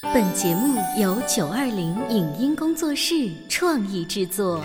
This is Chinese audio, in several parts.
本节目由920影音工作室创意制作。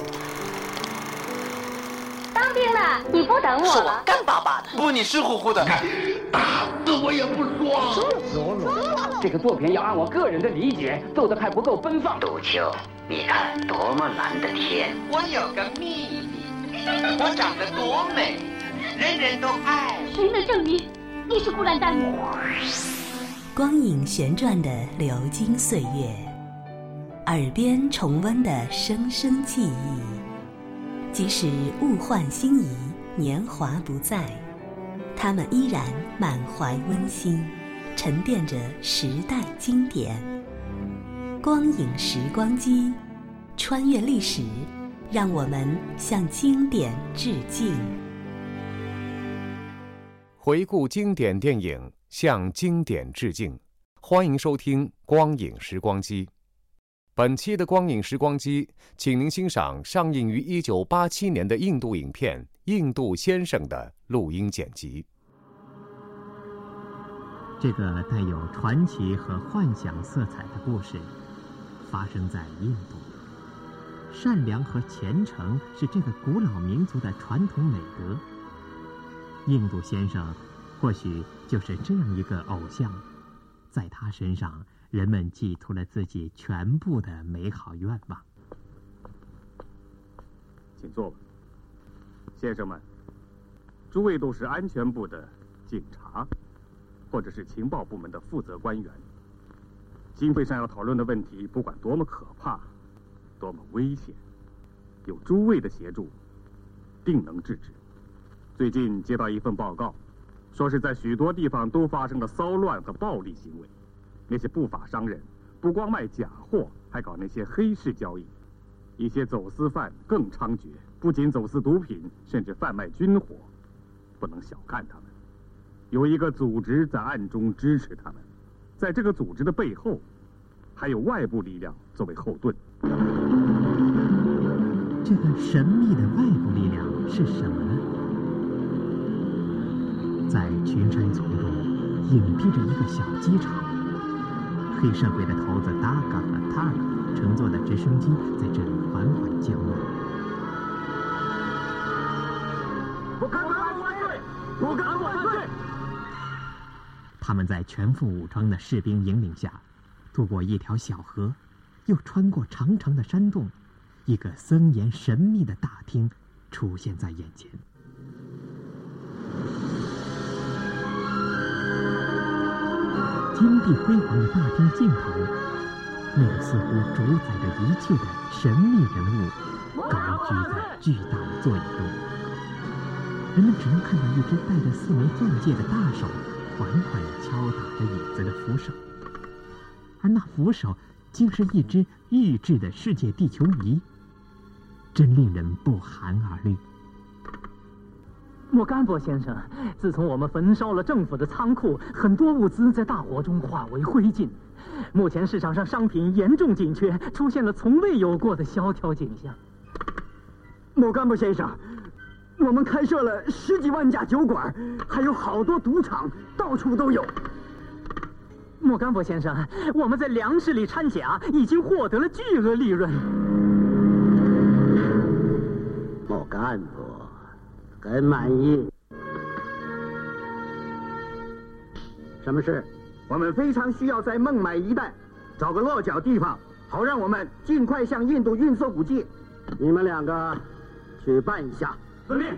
当兵了，你不等我了？ 是我干巴巴的，不，你湿乎乎的。 打死我也不说。 这个作品要按我个人的理解做得还不够奔放。 杜秋，你看多么蓝的天！ 我有个秘密，我长得多美，人人都爱。 谁能证明你是孤兰丹？ 光影旋转的流金岁月，耳边重温的声声记忆，即使物换星移，年华不再，他们依然满怀温馨，沉淀着时代经典。光影时光机，穿越历史，让我们向经典致敬。 回顾经典电影，向经典致敬。欢迎收听光影时光机。本期的光影时光机，请您欣赏上映于1987年的印度影片《印度先生》的录音剪辑。 这个带有传奇和幻想色彩的故事发生在印度。善良和虔诚是这个古老民族的传统美德。印度先生或许就是这样一个偶像，在他身上人们寄托了自己全部的美好愿望。 请坐吧。先生们，诸位都是安全部的警察，或者是情报部门的负责官员。经费上要讨论的问题，不管多么可怕，多么危险，有诸位的协助，定能制止。最近接到一份报告，说是在许多地方都发生了骚乱和暴力行为。那些不法商人不光卖假货，还搞那些黑市交易。一些走私犯更猖獗，不仅走私毒品，甚至贩卖军火。不能小看他们。有一个组织在暗中支持他们，在这个组织的背后，还有外部力量作为后盾。 这个神秘的外部力量是什么呢？在群山丛中隐蔽着一个小机场，黑社会的头子达嘎和塔嘎乘坐的直升机在这里缓缓降落。 我干万岁！我干万岁！ 他们在全副武装的士兵引领下，渡过一条小河，又穿过长长的山洞，一个森严神秘的大厅出现在眼前。金碧辉煌的大厅尽头，那个似乎主宰着一切的神秘人物高居在巨大的座椅中。人们只能看到一只带着4枚钻戒的大手缓缓地敲打着椅子的扶手，而那扶手竟是一只预制的世界地球仪，真令人不寒而栗。 莫干波先生，自从我们焚烧了政府的仓库，很多物资在大火中化为灰烬。目前市场上商品严重紧缺，出现了从未有过的萧条景象。 莫干波先生，我们开设了10几万家酒馆，还有好多赌场，到处都有。 莫干波先生，我们在粮食里掺假，已经获得了巨额利润。 莫干波很满意。什么事？ 我们非常需要在孟买一带找个落脚地方，好让我们尽快向印度运送武器。 你们2个去办一下。 遵命。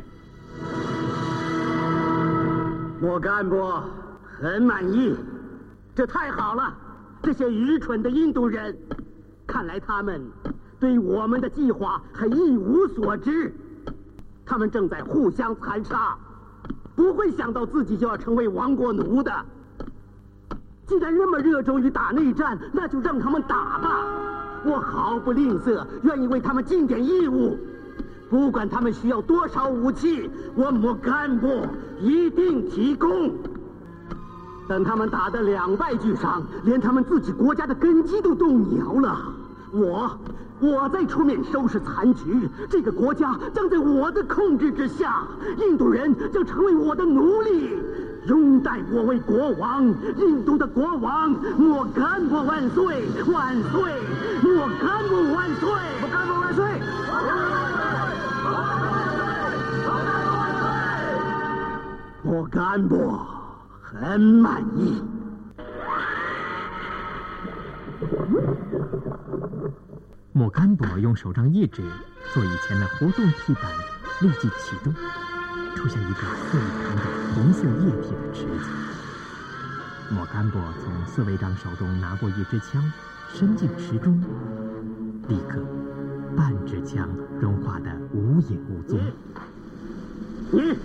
莫干波很满意。 这太好了！这些愚蠢的印度人， 看来他们对我们的计划还一无所知。他们正在互相残杀，不会想到自己就要成为亡国奴的。既然那么热衷于打内战，那就让他们打吧。我毫不吝啬，愿意为他们尽点义务。不管他们需要多少武器，我莫干波一定提供。等他们打得2败俱伤，连他们自己国家的根基都动摇了，我再出面收拾残局，这个国家将在我的控制之下，印度人将成为我的奴隶， 拥戴我为国王，印度的国王莫干布万岁！万岁！莫干布万岁！莫干布万岁！莫干布很满意。 莫干布用手杖一指，座椅前的活动地板立即启动，出现一个沸腾的红色液体的池子。莫干布从四卫长手中拿过一支枪，伸进池中，立刻半支枪融化得无影无踪。 你，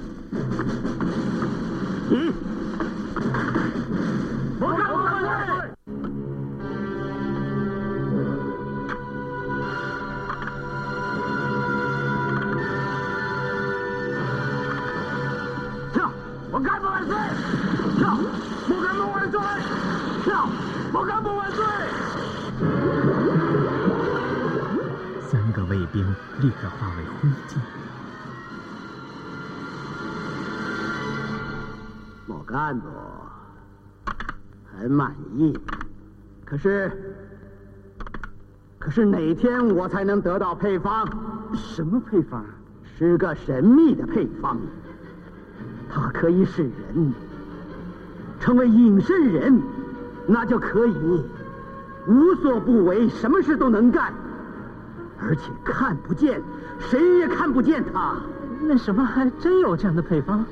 莫干布万岁！莫干布万岁！跳！莫干布万岁！跳！莫干布万岁 ！3个卫兵立刻化为灰烬。 莫干布很满意，可是哪天我才能得到配方？ 什么配方？ 是个神秘的配方。它可以使人成为隐身人，那就可以无所不为，什么事都能干，而且看不见，谁也看不见它。 那什么，还真有这样的配方？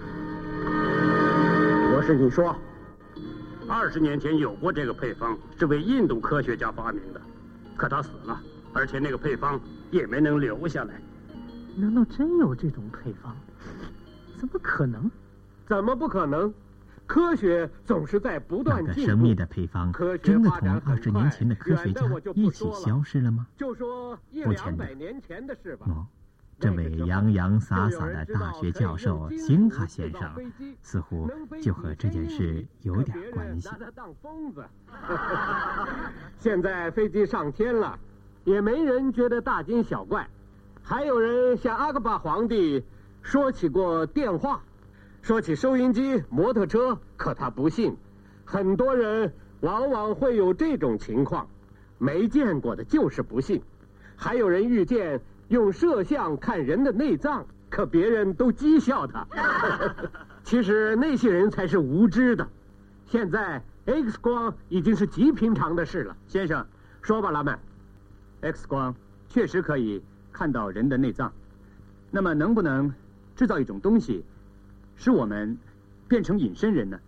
博士，你说 ，20年前有过这个配方，是位印度科学家发明的，可他死了，而且那个配方也没能留下来。 难道真有这种配方？怎么可能？ 怎么不可能？科学总是在不断进步。 那个神秘的配方真的同20年前的科学家一起消失了吗？ 就说100-200年前的事吧。 这位洋洋洒洒的大学教授辛哈先生，似乎就和这件事有点关系。 拿他当疯子。现在飞机上天了，也没人觉得大惊小怪。还有人向阿克巴皇帝说起过电话。说起收音机、摩托车，可他不信。很多人往往会有这种情况，没见过的就是不信。还有人遇见用摄像看人的内脏，可别人都讥笑他。其实那些人才是无知的。现在 X 光已经是极平常的事了。 先生， 说吧，拉曼。 X 光确实可以看到人的内脏，那么能不能制造一种东西，使我们变成隐身人呢？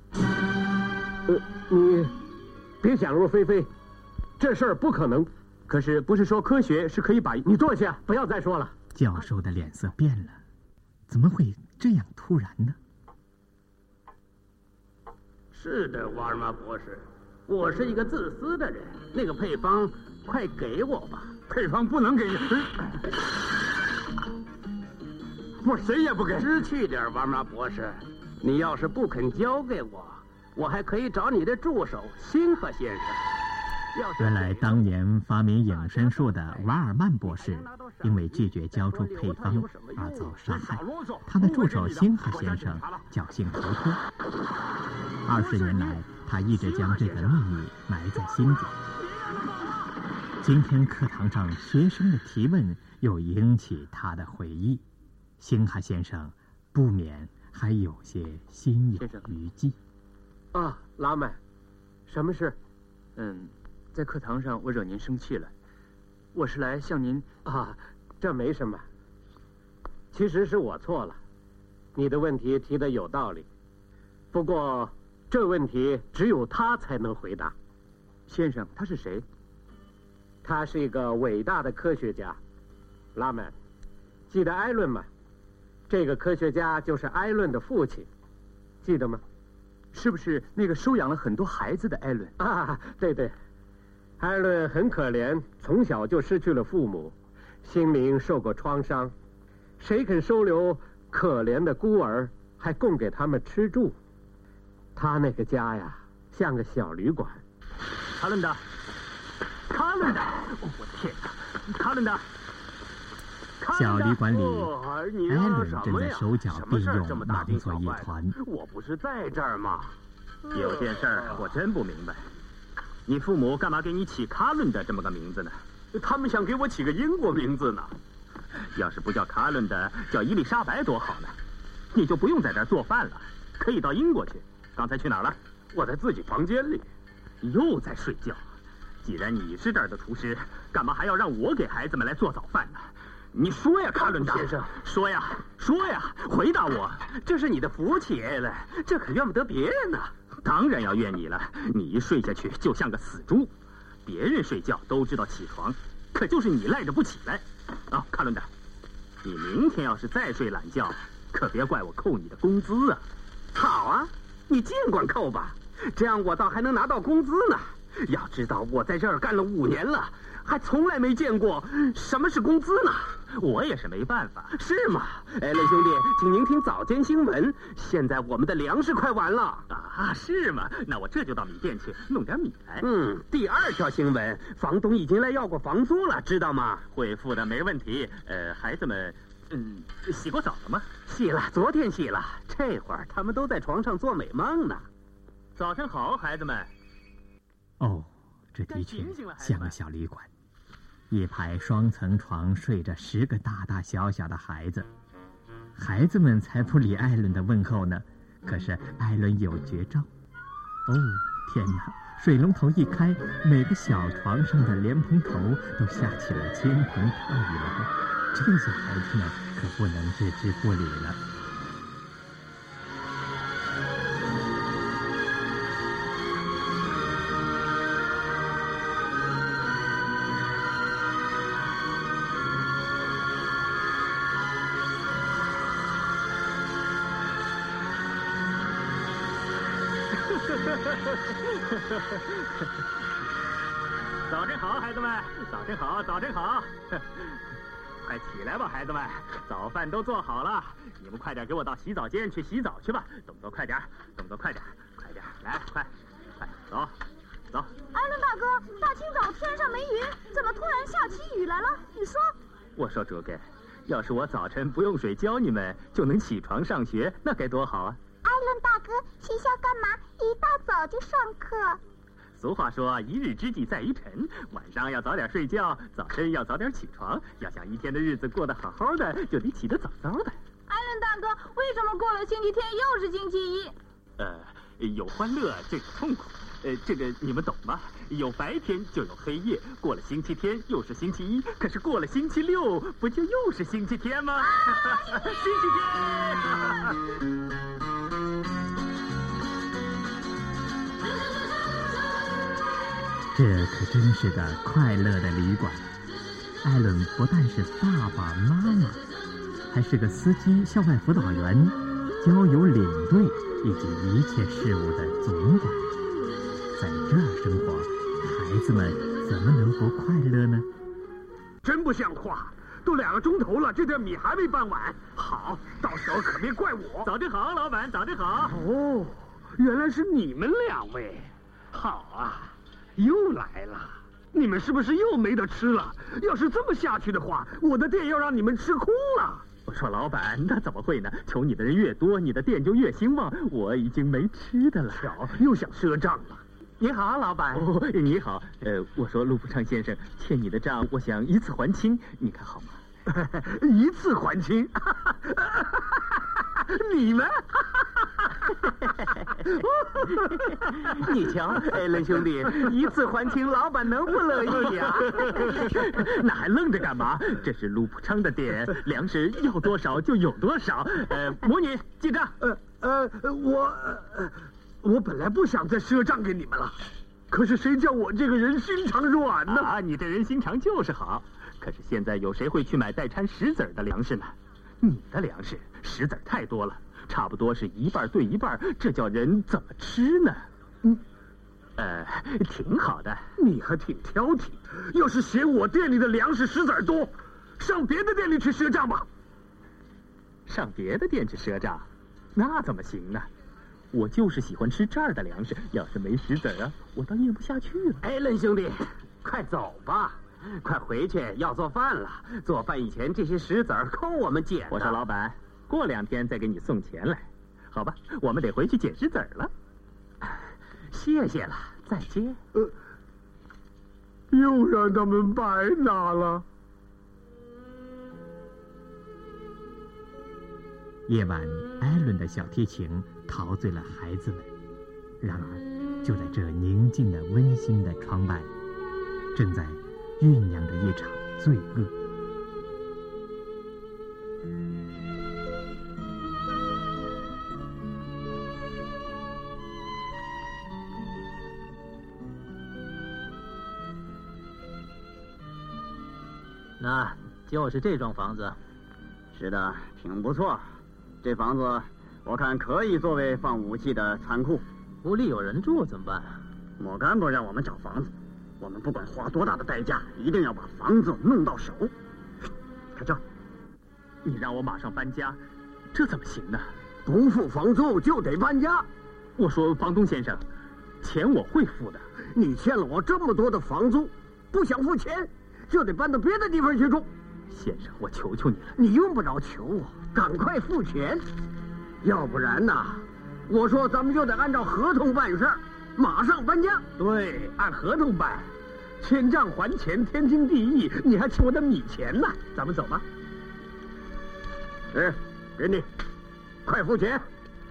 你别想入非非，这事儿不可能。 可是不是说科学是可以把…… 你坐下，不要再说了。 教授的脸色变了，怎么会这样突然呢？ 是的，瓦尔玛博士，我是一个自私的人。那个配方，快给我吧。 配方不能给你。我谁也不给。 知趣点，瓦尔玛博士。你要是不肯交给我，我还可以找你的助手辛赫先生。 原来当年发明隐身术的瓦尔曼博士，因为拒绝交出配方而遭杀害。他的助手辛赫先生侥幸逃脱。20年来，他一直将这个秘密埋在心底。今天课堂上学生的提问又引起他的回忆，辛哈先生不免还有些心有余悸。 啊，拉曼，什么事？ 在课堂上我惹您生气了，我是来向您…… 啊，这没什么。其实是我错了，你的问题提得有道理，不过这问题只有他才能回答。 先生，他是谁？ 他是一个伟大的科学家，拉曼，记得艾伦吗？这个科学家就是艾伦的父亲，记得吗？ 是不是那个收养了很多孩子的艾伦？ 啊，对对，艾伦很可怜，从小就失去了父母，心灵受过创伤，谁肯收留可怜的孤儿，还供给他们吃住？他那个家呀，像个小旅馆。 卡伦达，我的天哪，卡伦达！ 小旅馆里，艾伦正在手脚并用，忙作一团。 我不是在这儿吗？ 有件事儿我真不明白，你父母干嘛给你起卡伦的这么个名字呢？ 他们想给我起个英国名字呢。 要是不叫卡伦的，叫伊丽莎白多好呢！你就不用在这儿做饭了，可以到英国去。刚才去哪儿了？ 我在自己房间里。 又在睡觉。既然你是这儿的厨师，干嘛还要让我给孩子们来做早饭呢？你说呀，卡伦先生，说呀，说呀，回答我。 这是你的福气，艾伦，这可怨不得别人呢。 当然要怨你了，你一睡下去就像个死猪。别人睡觉都知道起床，可就是你赖着不起来。啊，卡伦的，你明天要是再睡懒觉，可别怪我扣你的工资啊。 好啊，你尽管扣吧，这样我倒还能拿到工资呢。要知道我在这儿干了5年了，还从来没见过什么是工资呢。 我也是没办法。 是吗？艾伦兄弟，请您听早间新闻。现在我们的粮食快完了。 啊，是吗？那我这就到米店去弄点米来。 第2条新闻，房东已经来要过房租了，知道吗？ 会付的，没问题。孩子们，洗过澡了吗？ 洗了，昨天洗了。这会儿他们都在床上做美梦呢。 早晨好，孩子们。 哦，这的确像个小旅馆，一排双层床睡着10个大大小小的孩子，孩子们才不理艾伦的问候呢。可是艾伦有绝招。哦，天哪！水龙头一开，每个小床上的莲蓬头都下起了倾盆大雨来，这些孩子们可不能置之不理了。 早晨好，孩子们！早晨好，早晨好！快起来吧，孩子们！早饭都做好了，你们快点给我到洗澡间去洗澡去吧！动作快点，动作快点，快点！来，快，走，走！ 艾伦大哥，大清早天上没云，怎么突然下起雨来了？你说？ 我说主给，要是我早晨不用水教你们，就能起床上学，那该多好啊！ 艾伦大哥，学校干嘛一大早就上课？ 俗话说，一日之计在于晨，晚上要早点睡觉，早晨要早点起床。要想一天的日子过得好好的，就得起得早早的。 艾伦大哥，为什么过了星期天又是星期一？ 有欢乐就有痛苦，这个你们懂吗？有白天就有黑夜，过了星期天又是星期一，可是过了星期六，不就又是星期天吗？星期天！ 这可真是个快乐的旅馆。艾伦不但是爸爸妈妈，还是个司机、校外辅导员、郊游领队以及一切事务的总管。在这儿生活，孩子们怎么能不快乐呢？ 真不像话！都2个钟头了，这点米还没搬完。好，到时候可别怪我。 早晨好，老板，早晨好。 哦，原来是你们2位。好啊。又来了，你们是不是又没得吃了？要是这么下去的话，我的店要让你们吃空了。 我说老板，那怎么会呢？求你的人越多，你的店就越兴旺。我已经没吃的了。 瞧，又想赊账了。 你好，老板。哦，你好。我说陆步昌先生，欠你的账，我想一次还清，你看好吗？ 一次还清？你们？ 你瞧，艾伦兄弟，一次还清，老板能不乐意呀？ 那还愣着干嘛？这是陆步昌的店，粮食要多少就有多少。魔女记账。 我本来不想再赊账给你们了，可是谁叫我这个人心肠软呢？ 啊，你这人心肠就是好。可是现在有谁会去买带掺石子的粮食呢？你的粮食石子太多了，差不多是1半对1半，这叫人怎么吃呢？挺好的。 你还挺挑剔。要是嫌我店里的粮食石子多，上别的店里去赊账吧。 上别的店去赊账，那怎么行呢？我就是喜欢吃这儿的粮食，要是没石子啊，我倒咽不下去了。 艾伦兄弟，快走吧。 快回去要做饭了。做饭以前这些石子儿扣我们捡的。 我说老板，过2天再给你送钱来，好吧？我们得回去捡石子儿了。谢谢了，再见。 又让他们白拿了。 夜晚，艾伦的小提琴陶醉了孩子们。然而，就在这宁静的、温馨的窗外，正在酝酿着一场罪恶。 那就是这幢房子。 是的，挺不错。这房子我看可以作为放武器的仓库。 屋里有人住怎么办？ 莫干部让我们找房子，我们不管花多大的代价，一定要把房子弄到手。看这， 你让我马上搬家，这怎么行呢？ 不付房租就得搬家。 我说房东先生，钱我会付的。 你欠了我这么多的房租，不想付钱，就得搬到别的地方去住。 先生，我求求你了。 你用不着求我，赶快付钱，要不然呐，我说咱们就得按照合同办事儿，马上搬家。 对，按合同办，欠账还钱，天经地义。你还欠我的米钱呢，咱们走吧。 给你，快付钱。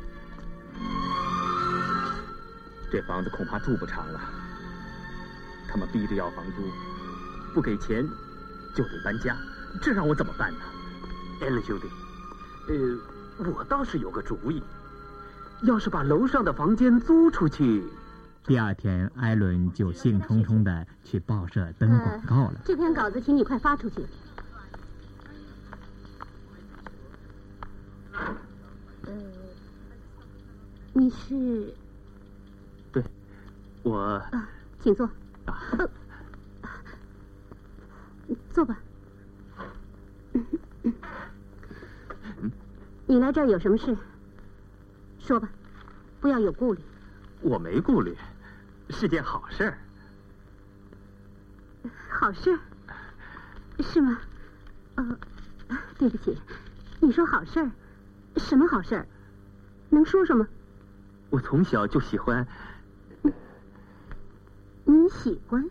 这房子恐怕住不长了，他们逼着要房租，不给钱就得搬家，这让我怎么办呢？ 艾伦兄弟，我倒是有个主意，要是把楼上的房间租出去。 第2天，艾伦就兴冲冲地去报社登广告了。 这篇稿子请你快发出去。你是？ 对，我。 请坐。坐吧。你来这儿有什么事？说吧，不要有顾虑。 我没顾虑，是件好事儿。 好事？是吗？对不起，你说好事儿，什么好事儿？能说说吗？ 我从小就喜欢。 你喜欢？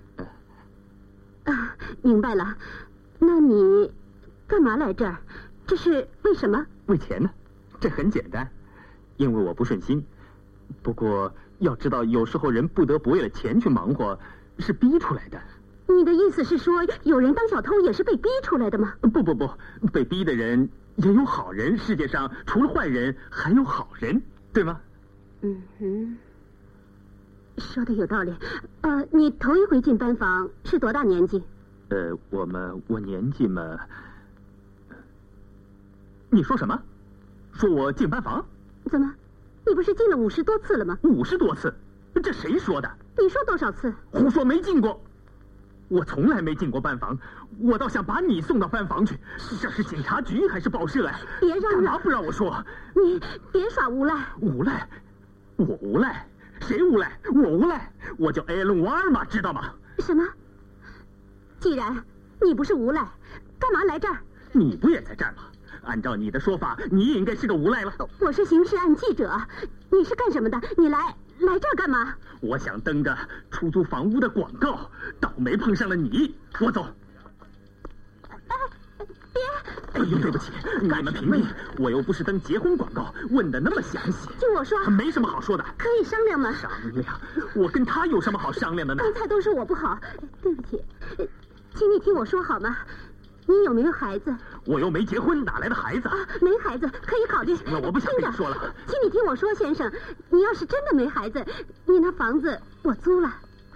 明白了。那你干嘛来这儿？这是为什么？ 为钱呢，这很简单，因为我不顺心。不过要知道，有时候人不得不为了钱去忙活，是逼出来的。 你的意思是说，有人当小偷也是被逼出来的吗？ 不，被逼的人也有好人，世界上除了坏人还有好人，对吗？ 说的有道理。你头一回进班房是多大年纪？ 我年纪嘛。你说什么？说我进班房？ 怎么？你不是进了50多次了吗 ？50多次？这谁说的？ 你说多少次？ 胡说，没进过。我从来没进过班房，我倒想把你送到班房去。这是警察局还是报社啊？ 别嚷干嘛不让我说？ 你别耍无赖！ 无赖？我无赖？谁无赖？我无赖？我叫艾伦·瓦尔玛，知道吗？ 什么？既然你不是无赖，干嘛来这儿？ 你不也在这儿吗？按照你的说法，你也应该是个无赖了。 我是刑事案记者，你是干什么的？你来这儿干嘛？ 我想登个出租房屋的广告，倒霉碰上了你。我走。 别！ 哎呦，对不起，你们评评，我又不是登结婚广告，问的那么详细。 听我说， 没什么好说的。 可以商量吗？ 商量？我跟他有什么好商量的呢？ 刚才都是我不好，对不起，请你听我说好吗？你有没有孩子？ 我又没结婚，哪来的孩子？ 没孩子可以考虑。 行了，我不想跟你说了。 请你听我说，先生，你要是真的没孩子，你那房子我租了。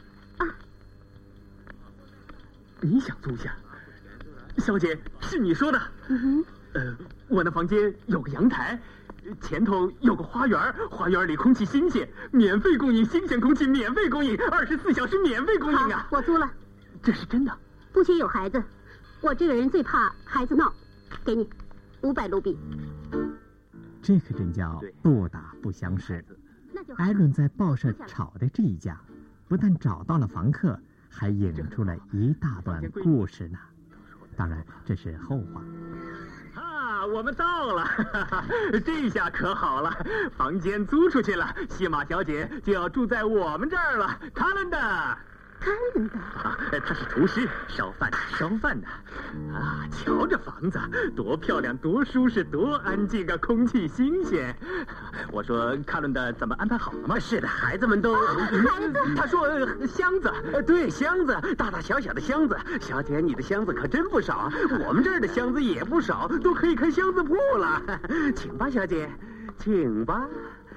你想租下？小姐，是你说的。我那房间有个阳台，前头有个花园，花园里空气新鲜，免费供应新鲜空气，免费供应，24小时免费供应啊！ 我租了。 这是真的。 不许有孩子。我这个人最怕孩子闹，给你500卢比。 这可真叫不打不相识。艾伦在报社炒的这一家，不但找到了房客， 还引出了一大段故事呢。当然，这是后话。 啊，我们到了，这下可好了，房间租出去了，西玛小姐就要住在我们这儿了。卡伦达，他是厨师，烧饭的。啊，瞧这房子多漂亮，多舒适，多安静啊，空气新鲜。我说卡伦达怎么安排好了吗？是的，孩子们都。孩子，他说箱子，对，箱子，大大小小的箱子。小姐，你的箱子可真不少，我们这儿的箱子也不少，都可以开箱子铺了。请吧，小姐，请吧。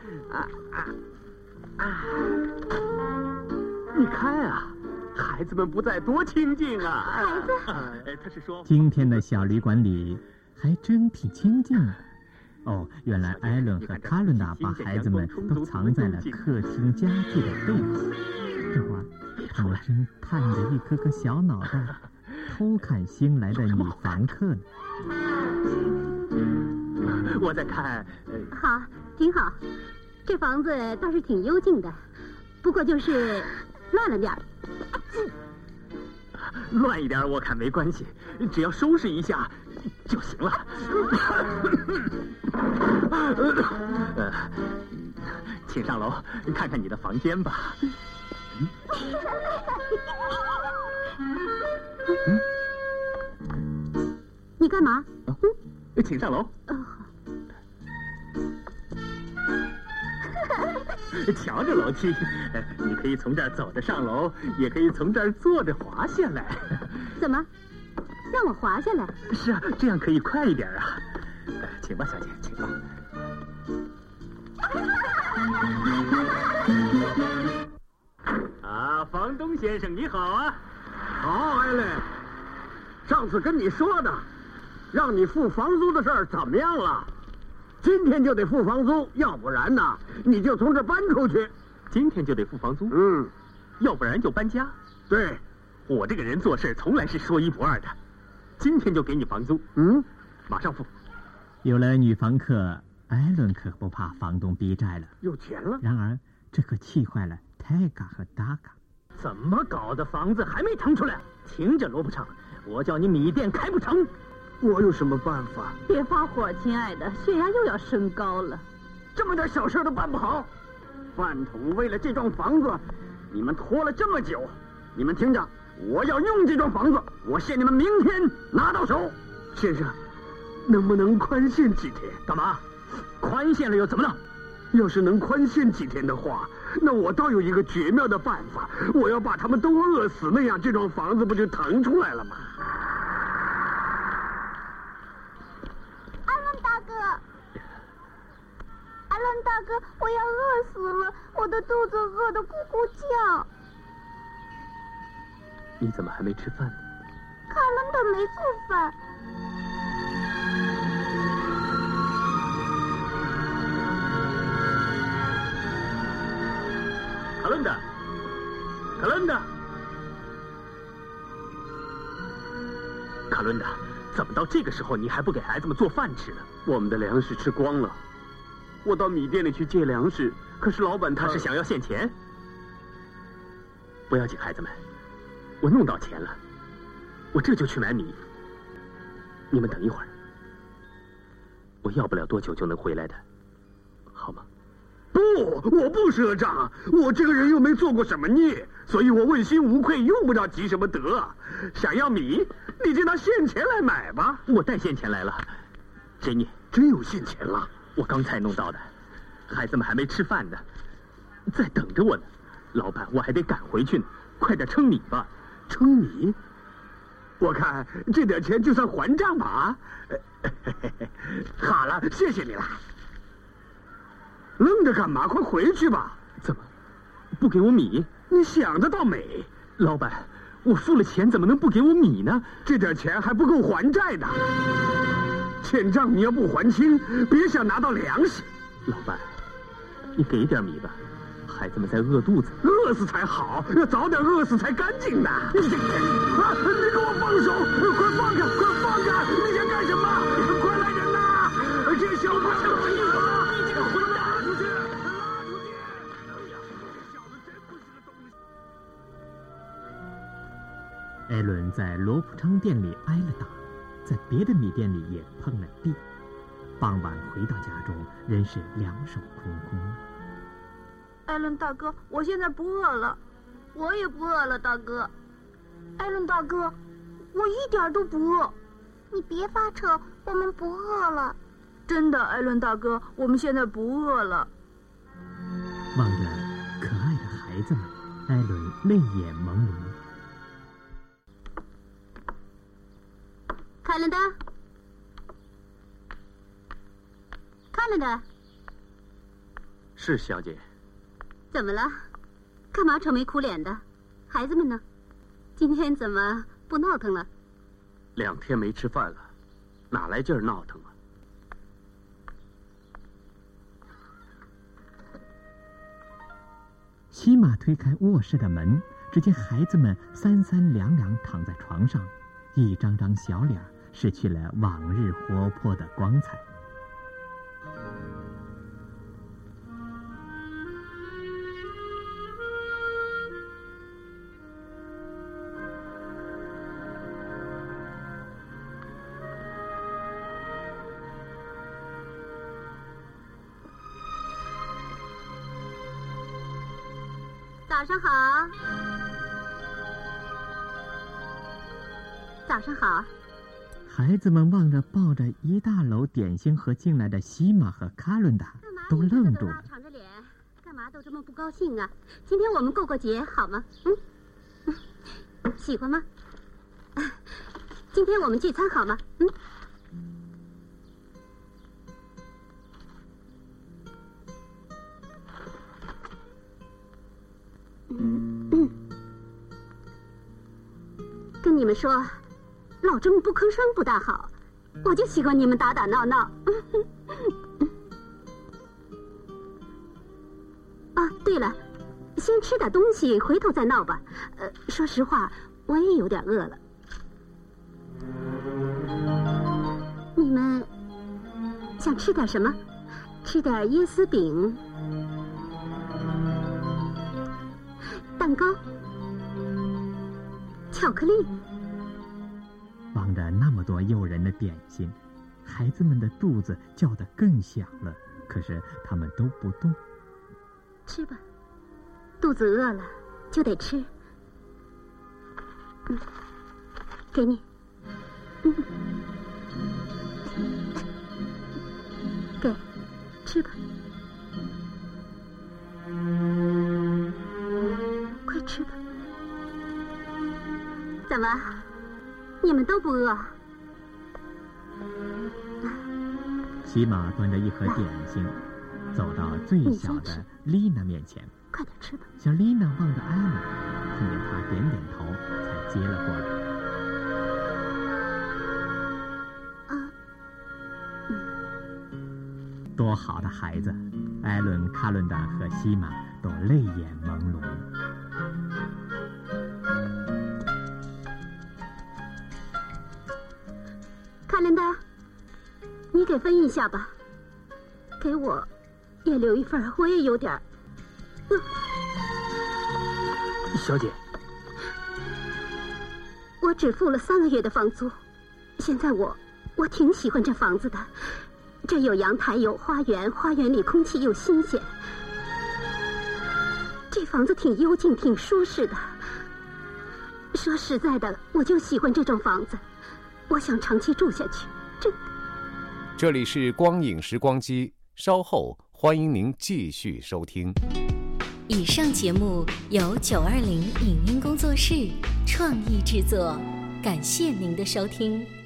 你看啊。孩子们不在多清静啊！孩子，他是说， 今天的小旅馆里还真挺清静的。哦，原来艾伦和卡伦达把孩子们都藏在了客厅家具的背后。这会儿，他们正探着一颗颗小脑袋，偷看新来的女房客呢。 我在看。 好，挺好。这房子倒是挺幽静的，不过就是乱了点儿。 乱一点我看没关系，只要收拾一下就行了。请上楼看看你的房间吧。 你干嘛？ 请上楼。瞧这楼梯，你可以从这儿走着上楼，也可以从这儿坐着滑下来。 怎么？让我滑下来？ 是啊，这样可以快一点啊。请吧，小姐，请吧。啊，房东先生你好啊！ 好，艾伦。上次跟你说的，让你付房租的事儿怎么样了？今天就得付房租，要不然呢，你就从这搬出去。 今天就得付房租？要不然就搬家。 对， 我这个人做事从来是说一不二的。今天就给你房租。马上付。 有了女房客，艾伦可不怕房东逼债了， 有钱了。 然而，这可气坏了泰嘎和达嘎。 怎么搞的？房子还没腾出来？听着，罗不成，我叫你米店开不成。 我有什么办法？ 别发火，亲爱的，血压又要升高了。 这么点小事都办不好，饭桶为了这幢房子，你们拖了这么久。你们听着，我要用这幢房子，我限你们明天拿到手。先生，能不能宽限几天？ 干嘛？宽限了又怎么了？ 要是能宽限几天的话，那我倒有一个绝妙的办法，我要把他们都饿死，那样这幢房子不就腾出来了吗？ 艾伦大哥，我要饿死了，我的肚子饿得咕咕叫。 你怎么还没吃饭呢？ 卡伦达没做饭。 卡伦达，卡伦达，卡伦达，怎么到这个时候你还不给孩子们做饭吃呢？ 我们的粮食吃光了。我到米店里去借粮食，可是老板他是想要现钱。不要紧，孩子们，我弄到钱了，我这就去买米。你们等一会儿，我要不了多久就能回来的，好吗？ 不，我不赊账，我这个人又没做过什么孽，所以我问心无愧，用不着积什么德。想要米，你就拿现钱来买吧。 我带现钱来了，给你。 真有现钱了？ 我刚才弄到的，孩子们还没吃饭呢，在等着我呢。老板，我还得赶回去呢，快点称米吧。 称米？我看这点钱就算还账吧啊！好了，谢谢你了。愣着干嘛？快回去吧。 怎么不给我米？ 你想得倒美。 老板，我付了钱，怎么能不给我米呢？ 这点钱还不够还债的。欠账你要不还清，别想拿到粮食。 老板，你给点米吧，孩子们在饿肚子。 饿死才好，要早点饿死才干净的。你给我放手！快放开！快放开！你想干什么？快来人呐！这小子想死你了！你这个混蛋！拉出去！拉出去！哎呀，这小子真不是个东西。 艾伦在罗普昌店里挨了打，在别的米店里也碰了壁。傍晚回到家中，仍是两手空空。 艾伦大哥，我现在不饿了。我也不饿了，大哥。艾伦大哥，我一点都不饿。 你别发扯，我们不饿了。 真的，艾伦大哥，我们现在不饿了。 望着可爱的孩子们，艾伦泪眼朦胧。 凯伦德，凯伦德， 是小姐。 怎么了？干嘛愁眉苦脸的？孩子们呢？今天怎么不闹腾了 ？2天没吃饭了，哪来劲儿闹腾啊？ 西马推开卧室的门，只见孩子们三三两两躺在床上，一张张小脸失去了往日活泼的光彩。 早上好，早上好。 孩子们望着抱着一大篓点心盒进来的西马和卡伦达，都愣住了。 敞着脸，干嘛都这么不高兴啊？今天我们过过节好吗？喜欢吗？今天我们聚餐好吗？跟你们说，老这么不吭声不大好，我就喜欢你们打打闹闹。啊，对了，先吃点东西，回头再闹吧。说实话，我也有点饿了。你们想吃点什么？吃点椰丝饼、蛋糕、巧克力。 望着那么多诱人的点心，孩子们的肚子叫得更响了，可是他们都不动。 吃吧，肚子饿了就得吃。给你。给，吃吧。快吃吧。怎么，你们都不饿？ 西马端着一盒点心，走到最小的丽娜面前。 快点吃吧。 小丽娜望着艾伦，看见他点点头，才接了过来。多好的孩子！艾伦、卡伦达和西马都泪眼朦胧。 卡伦达，你给分一下吧，给我也留一份，我也有点小姐， 我只付了3个月的房租，现在我挺喜欢这房子的。这有阳台，有花园，花园里空气又新鲜。这房子挺幽静，挺舒适的。说实在的，我就喜欢这种房子，我想长期住下去。 这里是光影时光机，稍后欢迎您继续收听。 以上节目由920影音工作室创意制作，感谢您的收听。